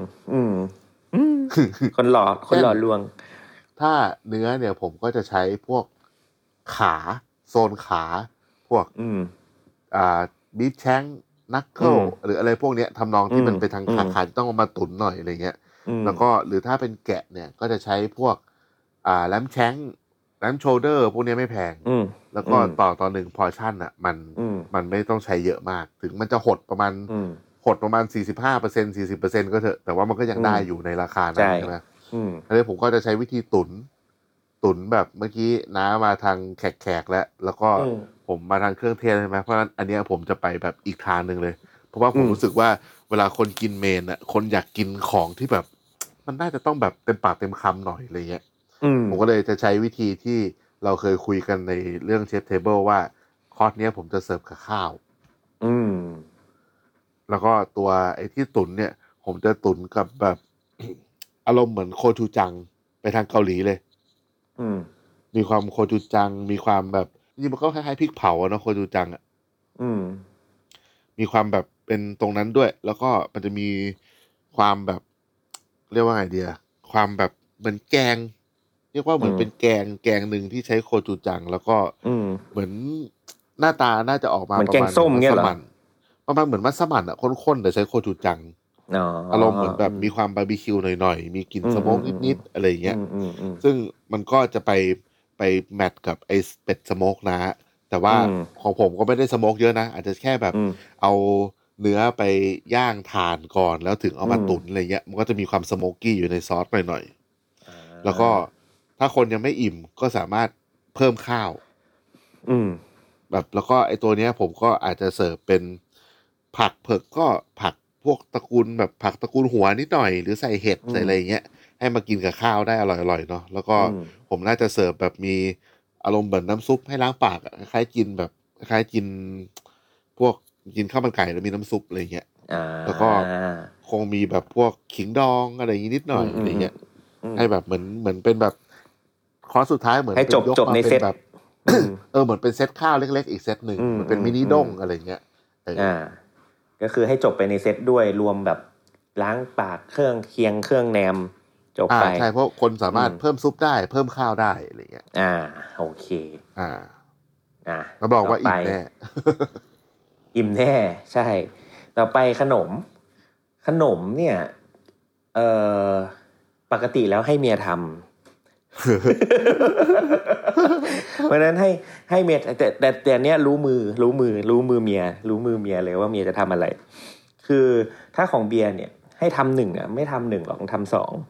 คนหล่อลวงถ้าเนื้อเนี่ยผมก็จะใช้พวกขาโซนขาพวกบีฟแชงนักเกิลหรืออะไรพวกเนี้ยทำนองที่มันไปทางขาต้องเอามาตุ๋นหน่อยอะไรเงี้ยแล้วก็หรือถ้าเป็นแกะเนี่ยก็จะใช้พวกแลมแชงแลมโชเดอร์พวกนี้ไม่แพงแล้วก็ต่อหนึ่งพอร์ชั่นอ่ะมันไม่ต้องใช้เยอะมากถึงมันจะหดประมาณ45% 40%ก็เถอะแต่ว่ามันก็ยังได้อยู่ในราคานั้นใช่ไหมอันนี้ผมก็จะใช้วิธีตุ๋นแบบเมื่อกี้น้ามาทางแขกแล้วก็ผมมาทางเครื่องเทศใช่ไหมเพราะฉะนั้นอันนี้ผมจะไปแบบอีกทางนึงเลยเพราะว่าผมรู้สึกว่าเวลาคนกินเมนอ่ะคนอยากกินของที่แบบมันน่าจะต้องแบบเต็มปากเต็มคำหน่อยอะไรเงี้ยผมก็เลยจะใช้วิธีที่เราเคยคุยกันในเรื่องเชฟเทเบิลว่าคอร์สเนี้ยผมจะเสิร์ฟกับข้าวแล้วก็ตัวไอ้ที่ตุ๋นเนี่ยผมจะตุ๋นกับแบบอารมณ์เหมือนโคชูจังไปทางเกาหลีเลยมีความโคจูจังมีความแบบนี่มันก็คล้ายๆพริกเผาเนาะโคจูจังอ่ะมีความแบบเป็นตรงนั้นด้วยแล้วก็มันจะมีความแบบเรียกว่าไงเดียความแบบเหมือนแกงเรียกว่าเหมือนเป็นแกงหนึ่งที่ใช้โคจูจังแล้วก็เหมือนหน้าตาน่าจะออกมาประมาณมัสมั่นประมาณเหมือนมัสมั่นอ่ะข้นๆแต่ใช้โคจูจังอารมณ์เหมือนแบบมีความบาร์บีคิวหน่อยๆมีกลิ่นสโมกนิดๆอะไรอย่างเงี้ยซึ่งมันก็จะไปแมทกับไอ้เป็ดสโมกนะแต่ว่าของผมก็ไม่ได้สโมกเยอะนะอาจจะแค่แบบเอาเนื้อไปย่างถ่านก่อนแล้วถึงเอามาตุ๋นอะไรเงี้ยมันก็จะมีความสโมกกี้อยู่ในซอสหน่อยๆแล้วก็ถ้าคนยังไม่อิ่มก็สามารถเพิ่มข้าวแบบแล้วก็ไอ้ตัวเนี้ยผมก็อาจจะเสิร์ฟเป็นผักเผือกก็ผักพวกตระกูลแบบผักตระกูลหัวนิดหน่อยหรือใส่เห็ดใส่อะไรเงี้ยให้มากินกับข้าวได้อร่อยๆเนาะแล้วก็ผมน่าจะเสิร์ฟแบบมีอารมณ์เหมือนน้ำซุปให้ล้างปากคล้ายกินแบบคล้ายกินพวกกินข้าวมันไก่แล้วมีน้ำซุปอะไรเงี้ยแล้วก็คงมีแบบพวกขิงดองอะไรอย่างนี้นิดหน่อยอะไรเงี้ยให้แบบเหมือนเป็นแบบคอร์สสุดท้ายเหมือนให้จบในเซตแบบเหมือนเป็นเซตข้าวเล็กๆอีกเซตหนึ่งมันเป็นมินิด้งอะไรเงี้ยก็คือให้จบไปในเซตด้วยรวมแบบล้างปากเครื่องเคียงเครื่องแนมจบไปใช่เพราะคนสามารถเพิ่มซุปได้เพิ่มข้าวได้อะไรเงี้ยโอเคเราบอกว่าอิ่มแน่อิ่มแน่ใช่ต่อไปขนมเนี่ยปกติแล้วให้เมียทำเพราะนั้นให้เมียแต่เนี้ยรู้มือเมียรู้มือเมียเลยว่าเมียจะทำอะไรคือถ้าของเบียร์เนี่ยให้ทำ1ไม่ทำ1หรอกทำ2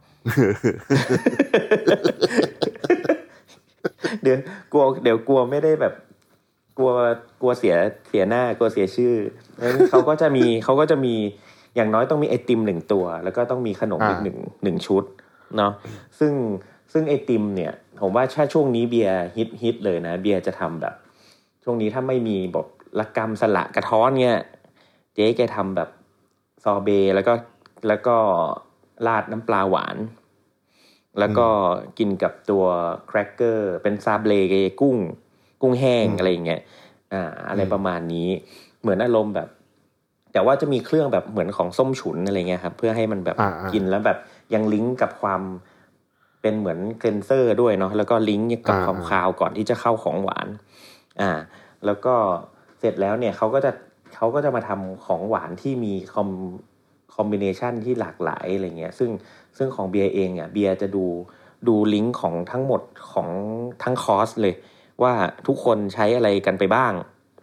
เดี๋ยวกลัวไม่ได้แบบกลัวเสียหน้ากลัวเสียชื่องั้นเขาก็จะมีอย่างน้อยต้องมีไอติม1ตัวแล้วก็ต้องมีขนมอีก1ชุดเนาะซึ่งไอติมเนี่ยผมว่าถ้าช่วงนี้เบียร์ฮิตเลยนะเบียร์จะทำแบบช่วงนี้ถ้าไม่มีแบบละกำสละกระท้อนเนี่ยเจ๊แกทำแบบซอเบต์แล้วก็ราดน้ำปลาหวานแล้วก็กินกับตัวแครกเกอร์เป็นซาเบลกุ้งแห้งอะไรอย่างเงี้ยอะไรประมาณนี้เหมือนอารมณ์แบบแต่ว่าจะมีเครื่องแบบเหมือนของส้มฉุนอะไรเงี้ยครับเพื่อให้มันแบบกินแล้วแบบยังลิงก์กับความเป็นเหมือนเคลนเซอร์ด้วยเนาะแล้วก็ลิงก์กับความคาวก่อนที่จะเข้าของหวานแล้วก็เสร็จแล้วเนี่ยเขาก็จะมาทำของหวานที่มีคอมบิเนชันที่หลากหลายอะไรเงี้ยซึ่งของเบียร์เองอ่ะเบียร์จะดูลิงก์ของทั้งหมดของทั้งคอร์สเลยว่าทุกคนใช้อะไรกันไปบ้าง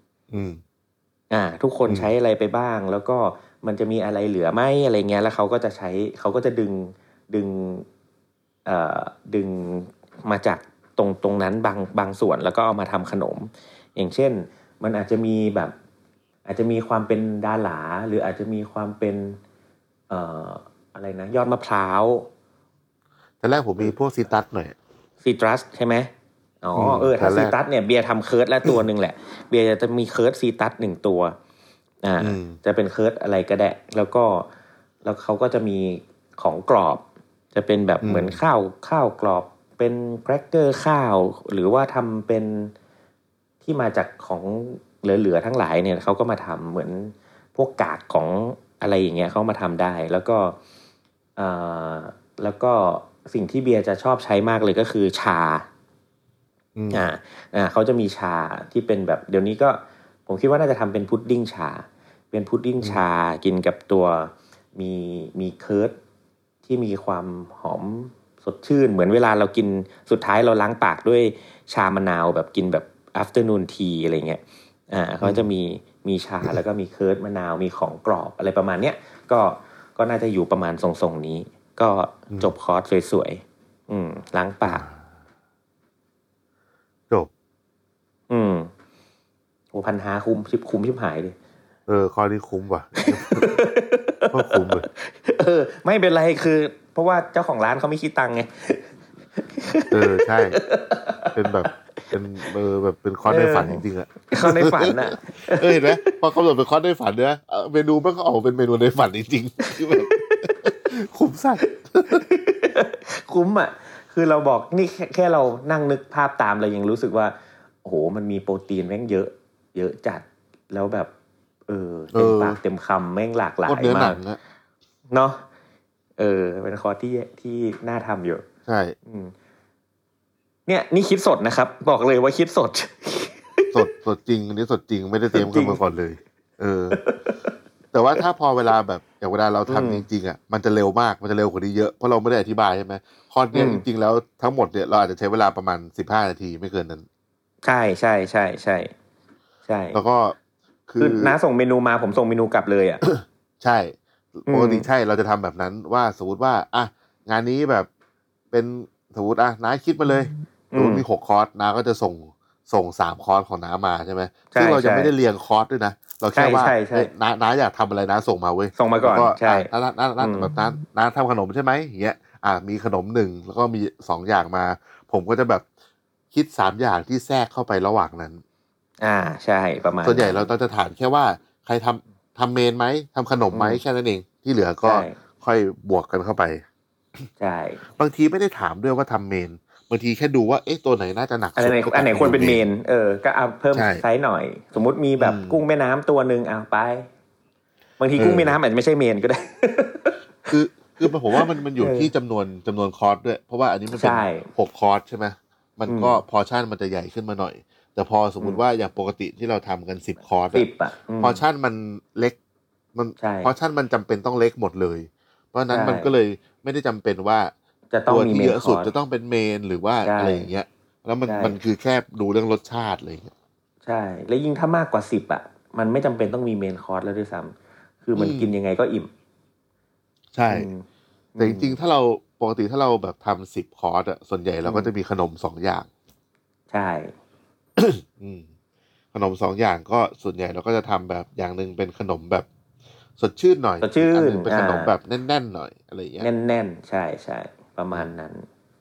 ทุกคนใช้อะไรไปบ้างแล้วก็มันจะมีอะไรเหลือไหมอะไรเงี้ยแล้วเขาก็จะดึงมาจากตรงนั้นบางส่วนแล้วก็เอามาทำขนมอย่างเช่นมันอาจจะมีแบบอาจจะมีความเป็นดาหลาหรืออาจจะมีความเป็นเอ่ออะไรนะยอดมะพร้าวแต่แรกผมมีพวกซีตัสหน่อยซีตรัสใช่ไหมอ๋อถ้าซีตัสเนี่ยเบียร์ทำเคิร์ดและตัวหนึ่งแหละเบียร์จะมีเคิร์ดซีตัส1ตัวจะเป็นเคิร์ดอะไรก็ได้แล้วเขาก็จะมีของกรอบจะเป็นแบบเหมือนข้าวกรอบเป็นแครกเกอร์ข้าวหรือว่าทำเป็นที่มาจากของเหลือๆทั้งหลายเนี่ยเขาก็มาทำเหมือนพวกกากของอะไรอย่างเงี้ยเขามาทำได้แล้วก็สิ่งที่เบียร์จะชอบใช้มากเลยก็คือชาเขาจะมีชาที่เป็นแบบเดี๋ยวนี้ก็ผมคิดว่าน่าจะทำเป็นพุดดิ้งชาเป็นพุดดิ้งชากินกับตัวมีเคิร์ดที่มีความหอมสดชื่นเหมือนเวลาเรากินสุดท้ายเราล้างปากด้วยชามะนาวแบบกินแบบ afternoon tea อะไรเงี้ยเขาจะมีชาแล้วก็มีเคิร์ดมะนาวมีของกรอบอะไรประมาณเนี้ยก็น่าจะอยู่ประมาณทรงๆนี้ก็จบคอร์สสวยๆล้างปากจบโอ้1,500คุ้มชิบหายเลยข้อนี้คุ้มว่ะก็คุ้มเลยไม่เป็นไรคือเพราะว่าเจ้าของร้านเขาไม่คิดตังค์ไงใช่เป็นแบบเป็นแบบเป็นคอร์สในฝันจริงๆอ่ะคอร์สในฝันน่ะเห็นไหมพอกำหนดเป็นคอร์สในฝันเนี่ยเมนูมันก็ออกเป็นเมนูในฝันจริงๆคือแบบคุ้มสัสคุ้มอ่ะคือเราบอกนี่แค่เรานั่งนึกภาพตามเรายังรู้สึกว่าโอ้โหมันมีโปรตีนแม่งเยอะจัดแล้วแบบเต็มปากเต็มคำแม่งหลากหลายมากเนาะเป็นคอร์สที่น่าทำอยู่ใช่เนี่ยนี่คิดสดนะครับบอกเลยว่าคิดสดสดจริงอันนี้สดจริงไม่ได้เตรียมกันมาก่อนเลยแต่ว่าถ้าพอเวลาแบบอย่างเวลาเราทำจริงๆอ่ะมันจะเร็วมากมันจะเร็วกว่านี้เยอะเพราะเราไม่ได้อธิบายใช่ไหมคอร์สเนี่ยจริงๆแล้วทั้งหมดเนี่ยเราอาจจะใช้เวลาประมาณ15 นาทีไม่เกินนั้นใช่แล้วก็คือน้าส่งเมนูมาผมส่งเมนูกลับเลยอ่ะใช่ปกติใช่เราจะทำแบบนั้นว่าสมมติว่างานนี้แบบเป็นสมมติน้าคิดมาเลยสมมติมี6 คอร์สน้าก็จะส่ง3 คอร์สของน้ามาใช่ไหมซึ่งเราจะไม่ได้เรียงคอร์สด้วยนะเราแค่ว่าน้าอยากทำอะไรน้าส่งมาเว้ยส่งมาก่อนใช่น้าแบบน้าทำขนมใช่ไหมอย่างเงี้ยมีขนม1แล้วก็มี2 อย่างมาผมก็จะแบบคิด3 อย่างที่แทรกเข้าไประหว่างนั้นใช่ประมาณส่วนใหญ่เราจะถามแค่ว่าใครทำเมนไหมทำขนมไหมแค่นั้นเองที่เหลือก็ค่อยบวกกันเข้าไปใช่บางทีไม่ได้ถามด้วยว่าทำเมนบางทีแค่ดูว่าตัวไหนน่าจะหนักอันไหนควรเป็นเมนก็เอาเพิ่มไซส์หน่อยสมมุติมีแบบกุ้งแม่น้ำตัวนึงไปบางทีกุ้งแม่น้ำอาจจะไม่ใช่เมนก็ได้คือผมว่ามันอยู่ที่จำนวนคอร์สด้วยเพราะว่าอันนี้มันเป็น6 คอร์สใช่ไหมมันก็พอชั่นมันจะใหญ่ขึ้นมาหน่อยแต่พอสมมุติว่าอย่างปกติที่เราทำกัน10 คอร์สพอชั่นมันเล็กพอชั่นมันจำเป็นต้องเล็กหมดเลยเพราะนั้นมันก็เลยไม่ได้จำเป็นว่าตัวที่เยอะสุดจะต้องเป็นเมนหรือว่าอะไรอย่างเงี้ยแล้วมันคือแค่ดูเรื่องรสชาติอะไรอย่างเงี้ยใช่แล้วยิ่งถ้ามากกว่า10มันไม่จำเป็นต้องมีเมนคอร์สแล้วด้วยซ้ำคือมันกินยังไงก็อิ่มใช่แต่จริงๆถ้าเราปกติถ้าเราแบบทำ10 คอร์สส่วนใหญ่เราก็จะมีขนม2 อย่างใช่ขนม2 อย่างก็ส่วนใหญ่เราก็จะทำแบบอย่างนึงเป็นขนมแบบสดชื่นหน่อยอันนึงเป็นขนมแบบแน่นๆหน่อยอะไรอย่างเงี้ยแน่นๆใช่ประมาณนั้น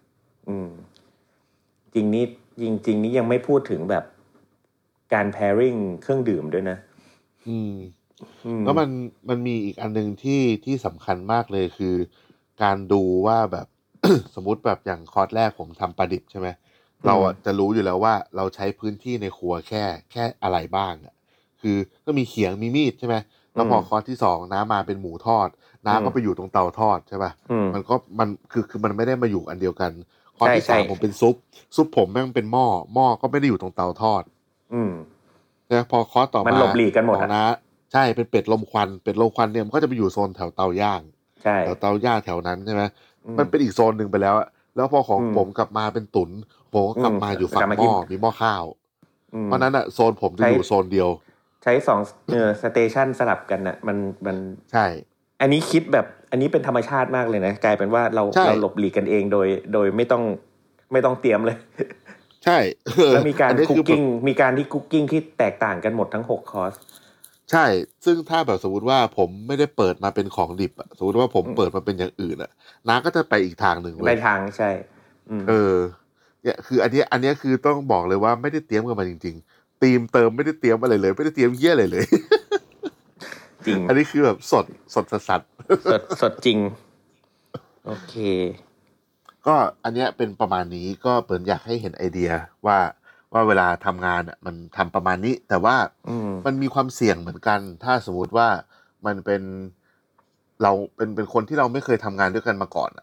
จริงนี้ยังไม่พูดถึงแบบการ pairing เครื่องดื่มด้วยนะแล้วมันมีอีกอันนึงที่สำคัญมากเลยคือการดูว่าแบบ สมมุติแบบอย่างคอร์สแรกผมทำปลาดิบใช่ไหมเราจะรู้อยู่แล้วว่าเราใช้พื้นที่ในครัวแค่อะไรบ้างคือก็มีเขียงมีมีดใช่ไหมแล้วพอคอร์สที่2น้ามาเป็นหมูทอดน้าก็ไปอยู่ตรงเตาทอดใช่ป่ะมันคือมันไม่ได้มาอยู่อันเดียวกันคอร์สที่3ผมเป็นซุปผมแม่งเป็นหม้อก็ไม่ได้อยู่ตรงเตาทอดนะพอคอร์สต่อมามันหลบหลีกกันหมดนะใช่เป็นเป็ดลมควันเนี่ยมันก็จะไปอยู่โซนแถวเตาย่างแถวเตาย่างแถวนั้นใช่ไหมมันเป็นอีกโซนหนึ่งไปแล้วแล้วพอของผมกลับมาเป็นตุ๋นผมก็กลับมาอยู่ฝั่งหม้อมีหม้อข้าวเพราะนั้นโซนผมจะอยู่โซนเดียวใช้2สเตชันสลับกันมันใช่อันนี้คิดแบบอันนี้เป็นธรรมชาติมากเลยนะกลายเป็นว่าเราหลบหลีกกันเองโดยไม่ต้องเตรียมเลยใช่แล้วมีการคุกกิ้งที่แตกต่างกันหมดทั้ง6 คอร์สใช่ซึ่งถ้าแบบสมมติว่าผมไม่ได้เปิดมาเป็นของดิบอะสมมติว่าผมเปิดมาเป็นอย่างอื่นอะน้าก็จะไปอีกทางหนึ่งเว้ไปยทางใช่เออเนี่ยคืออันเนี้ยคือต้องบอกเลยว่าไม่ได้เตรียมกันมาจริงๆทีมเติมไม่ได้เตรียมอะไรเลยไม่ได้เตรียมเหี้ยอะไรเลยจริงอันนี้คือแบบสดสัสสดจริงโอเคก็อันเนี้ยเป็นประมาณนี้ก็เปิดอยากให้เห็นไอเดียว่าเวลาทำงานอ่ะมันทำประมาณนี้แต่ว่ามันมีความเสี่ยงเหมือนกันถ้าสมมติว่ามันเป็นเราเป็นคนที่เราไม่เคยทำงานด้วยกันมาก่อนอ่ะ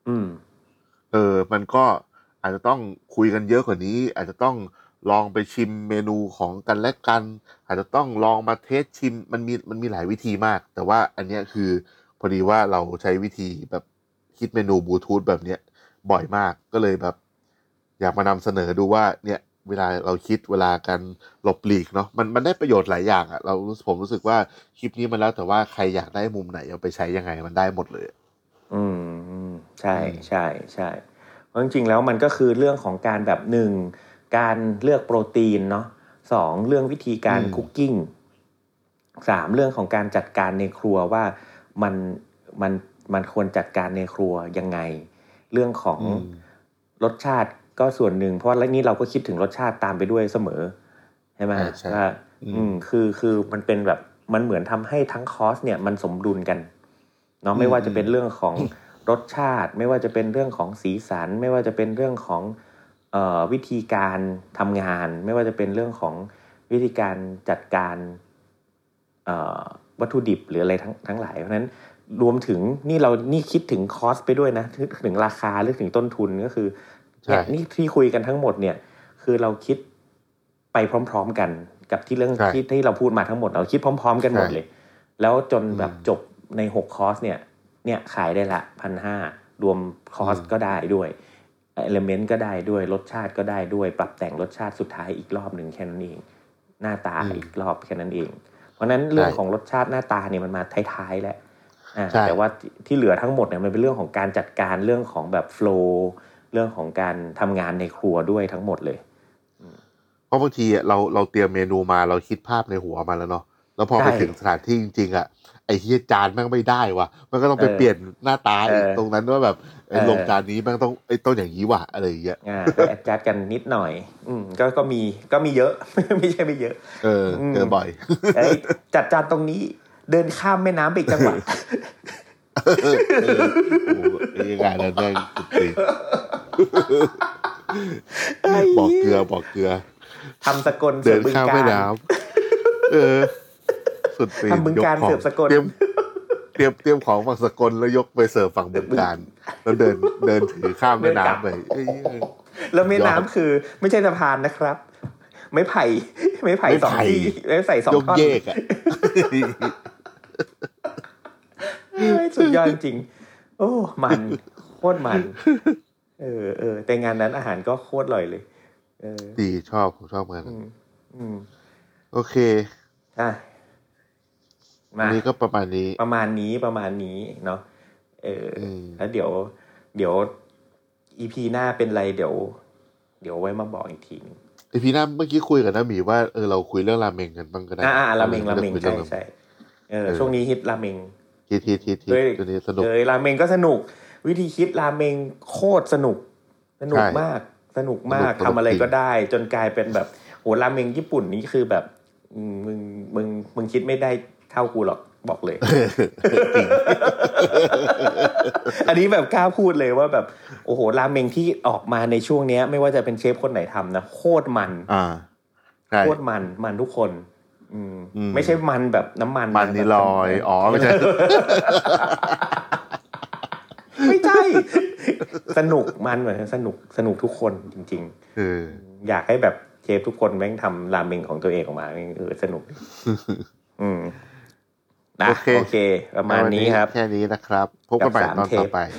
มันก็อาจจะต้องคุยกันเยอะกว่านี้อาจจะต้องลองไปชิมเมนูของกันและกันอาจจะต้องลองมาเทสชิมมันมีหลายวิธีมากแต่ว่าอันเนี้ยคือพอดีว่าเราใช้วิธีแบบคิดเมนูบลูทูธแบบเนี้ยบ่อยมากก็เลยแบบอยากมานำเสนอดูว่าเนี่ยเวลาเราคิดเวลาการหลบหลีกเนาะมันได้ประโยชน์หลายอย่างอ่ะผมรู้สึกว่าคลิปนี้มันแล้วแต่ว่าใครอยากได้มุมไหนเอาไปใช้ยังไงมันได้หมดเลยใช่ใช่ใช่เพราะจริงๆแล้วมันก็คือเรื่องของการแบบ1การเลือกโปรตีนเนาะ2เรื่องวิธีการคุกกิ้ง3เรื่องของการจัดการในครัวว่ามันควรจัดการในครัวยังไงเรื่องของรสชาติก็ส่วนหนึ่งเพราะแล้วนี้เราก็คิดถึงรสชาติตามไปด้วยเสมอใช่ไหมว่าคือมันเป็นแบบมันเหมือนทำให้ทั้งคอร์สเนี่ยมันสมดุลกันเนาะไม่ว่าจะเป็นเรื่องของรสชาติไม่ว่าจะเป็นเรื่องของสีสันไม่ว่าจะเป็นเรื่องของวิธีการทำงานไม่ว่าจะเป็นเรื่องของวิธีการจัดการวัตถุดิบหรืออะไรทั้งหลายเพราะฉะนั้นรวมถึงนี่คิดถึงคอสไปด้วยนะถึงราคาหรือถึงต้นทุนก็คือนี่ที่คุยกันทั้งหมดเนี่ยคือเราคิดไปพร้อมๆกันกับที่เรื่องที่เราพูดมาทั้งหมดเราคิดพร้อมๆกันหมดเลยแล้วจนแบบจบใน6คอร์สเนี่ยขายได้ละ 1,500 รวมคอร์สก็ได้ด้วยเอลิเมนต์ก็ได้ด้วยรสชาติก็ได้ด้วยปรับแต่งรสชาติสุดท้ายอีกรอบนึงแค่นั้นเองหน้าตาอีกรอบแค่นั้นเองเพราะนั้นเรื่องของรสชาติหน้าตาเนี่ยมันมาท้ายๆแล้วแต่ว่าที่เหลือทั้งหมดเนี่ยมันเป็นเรื่องของการจัดการเรื่องของแบบโฟลว์เรื่องของการทำงานในครัวด้วยทั้งหมดเลยเพราะบางทีเราเตรียมเมนูมาเราคิดภาพในหัวมาแล้วเนาะแล้วพอไปถึงสถานที่จริงๆอ่ะไอ้เหี้ยจานแม่งไม่ได้ว่ะมันก็ต้องไปเปลี่ยนหน้าตาอีกตรงนั้นว่าแบบไอ้ลงจานนี้แม่งต้องอย่างนี้ว่ะอะไรอย่างเงี้ยก็แอดจัดกันนิดหน่อยก็มีเยอะไม่ใช่ไม่เยอะเจอบ่อยจัดจานตรงนี้เดินข้ามแม่น้ำไปอีกจังหวัดไอ้งานนั้นแม่งสุดจริงบอกเกลือทำสกลเดินข้ามแม่น้ำสุดจริงทำบึงการเสิร์ฟสกลเตรียมของฝั่งสกลแล้วยกไปเสิร์ฟฝั่งบึงการแล้วเดินถือข้ามแม่น้ำไปแล้วแม่น้ำคือไม่ใช่สะพานนะครับไม่ไผ่2ที่ไม่ใส่2ท่อนยกเยกอ่ะสุดยอดจริงโอ้มันโคตรมันแต่งานนั้นอาหารก็โคตรอร่อยเลยดีผมชอบมันโอเคมานี้ก็ประมาณนี้เนาะแล้วเดี๋ยว EP หน้าเป็นไรเดี๋ยวไว้มาบอกอีกทีนึง EP หน้าเมื่อกี้คุยกับน้าหมีว่าเราคุยเรื่องราเมงกันบ้างก็ได้ราเมงใช่ช่วงนี้ฮิตราเมงฮิตตัวนี้สนุกราเมงก็สนุกวิธีคิดราเมงโคตรสนุกมากทำอะไรก็ได้จนกลายเป็นแบบโหราเมงญี่ปุ่นนี้คือแบบมึงคิดไม่ได้เท่ากูหรอกบอกเลย อันนี้แบบกล้าพูดเลยว่าแบบโอ้โหราเมงที่ออกมาในช่วงนี้ไม่ว่าจะเป็นเชฟคนไหนทำนะโคตรมันโคตรมันทุกคนไม่ใช่มันแบบน้ำมันนี่ลอยไม่ใช่ไม่ใช่สนุกมันเหมือนสนุกทุกคนจริงๆอยากให้แบบเชฟทุกคนแม่งทำราเมงของตัวเองออกมาสนุกโอเคประมาณนี้ครับแค่นี้นะครับพบกันใหม่ตอนต่อไป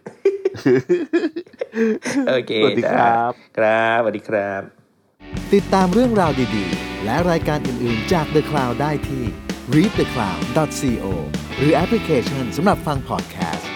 โอเคสวัสดีครับสวัสดีครับติดตามเรื่องราวดีๆและรายการอื่นๆจาก The Cloud ได้ที่ readthecloud.co หรือแอปพลิเคชันสำหรับฟังพอดแคสต์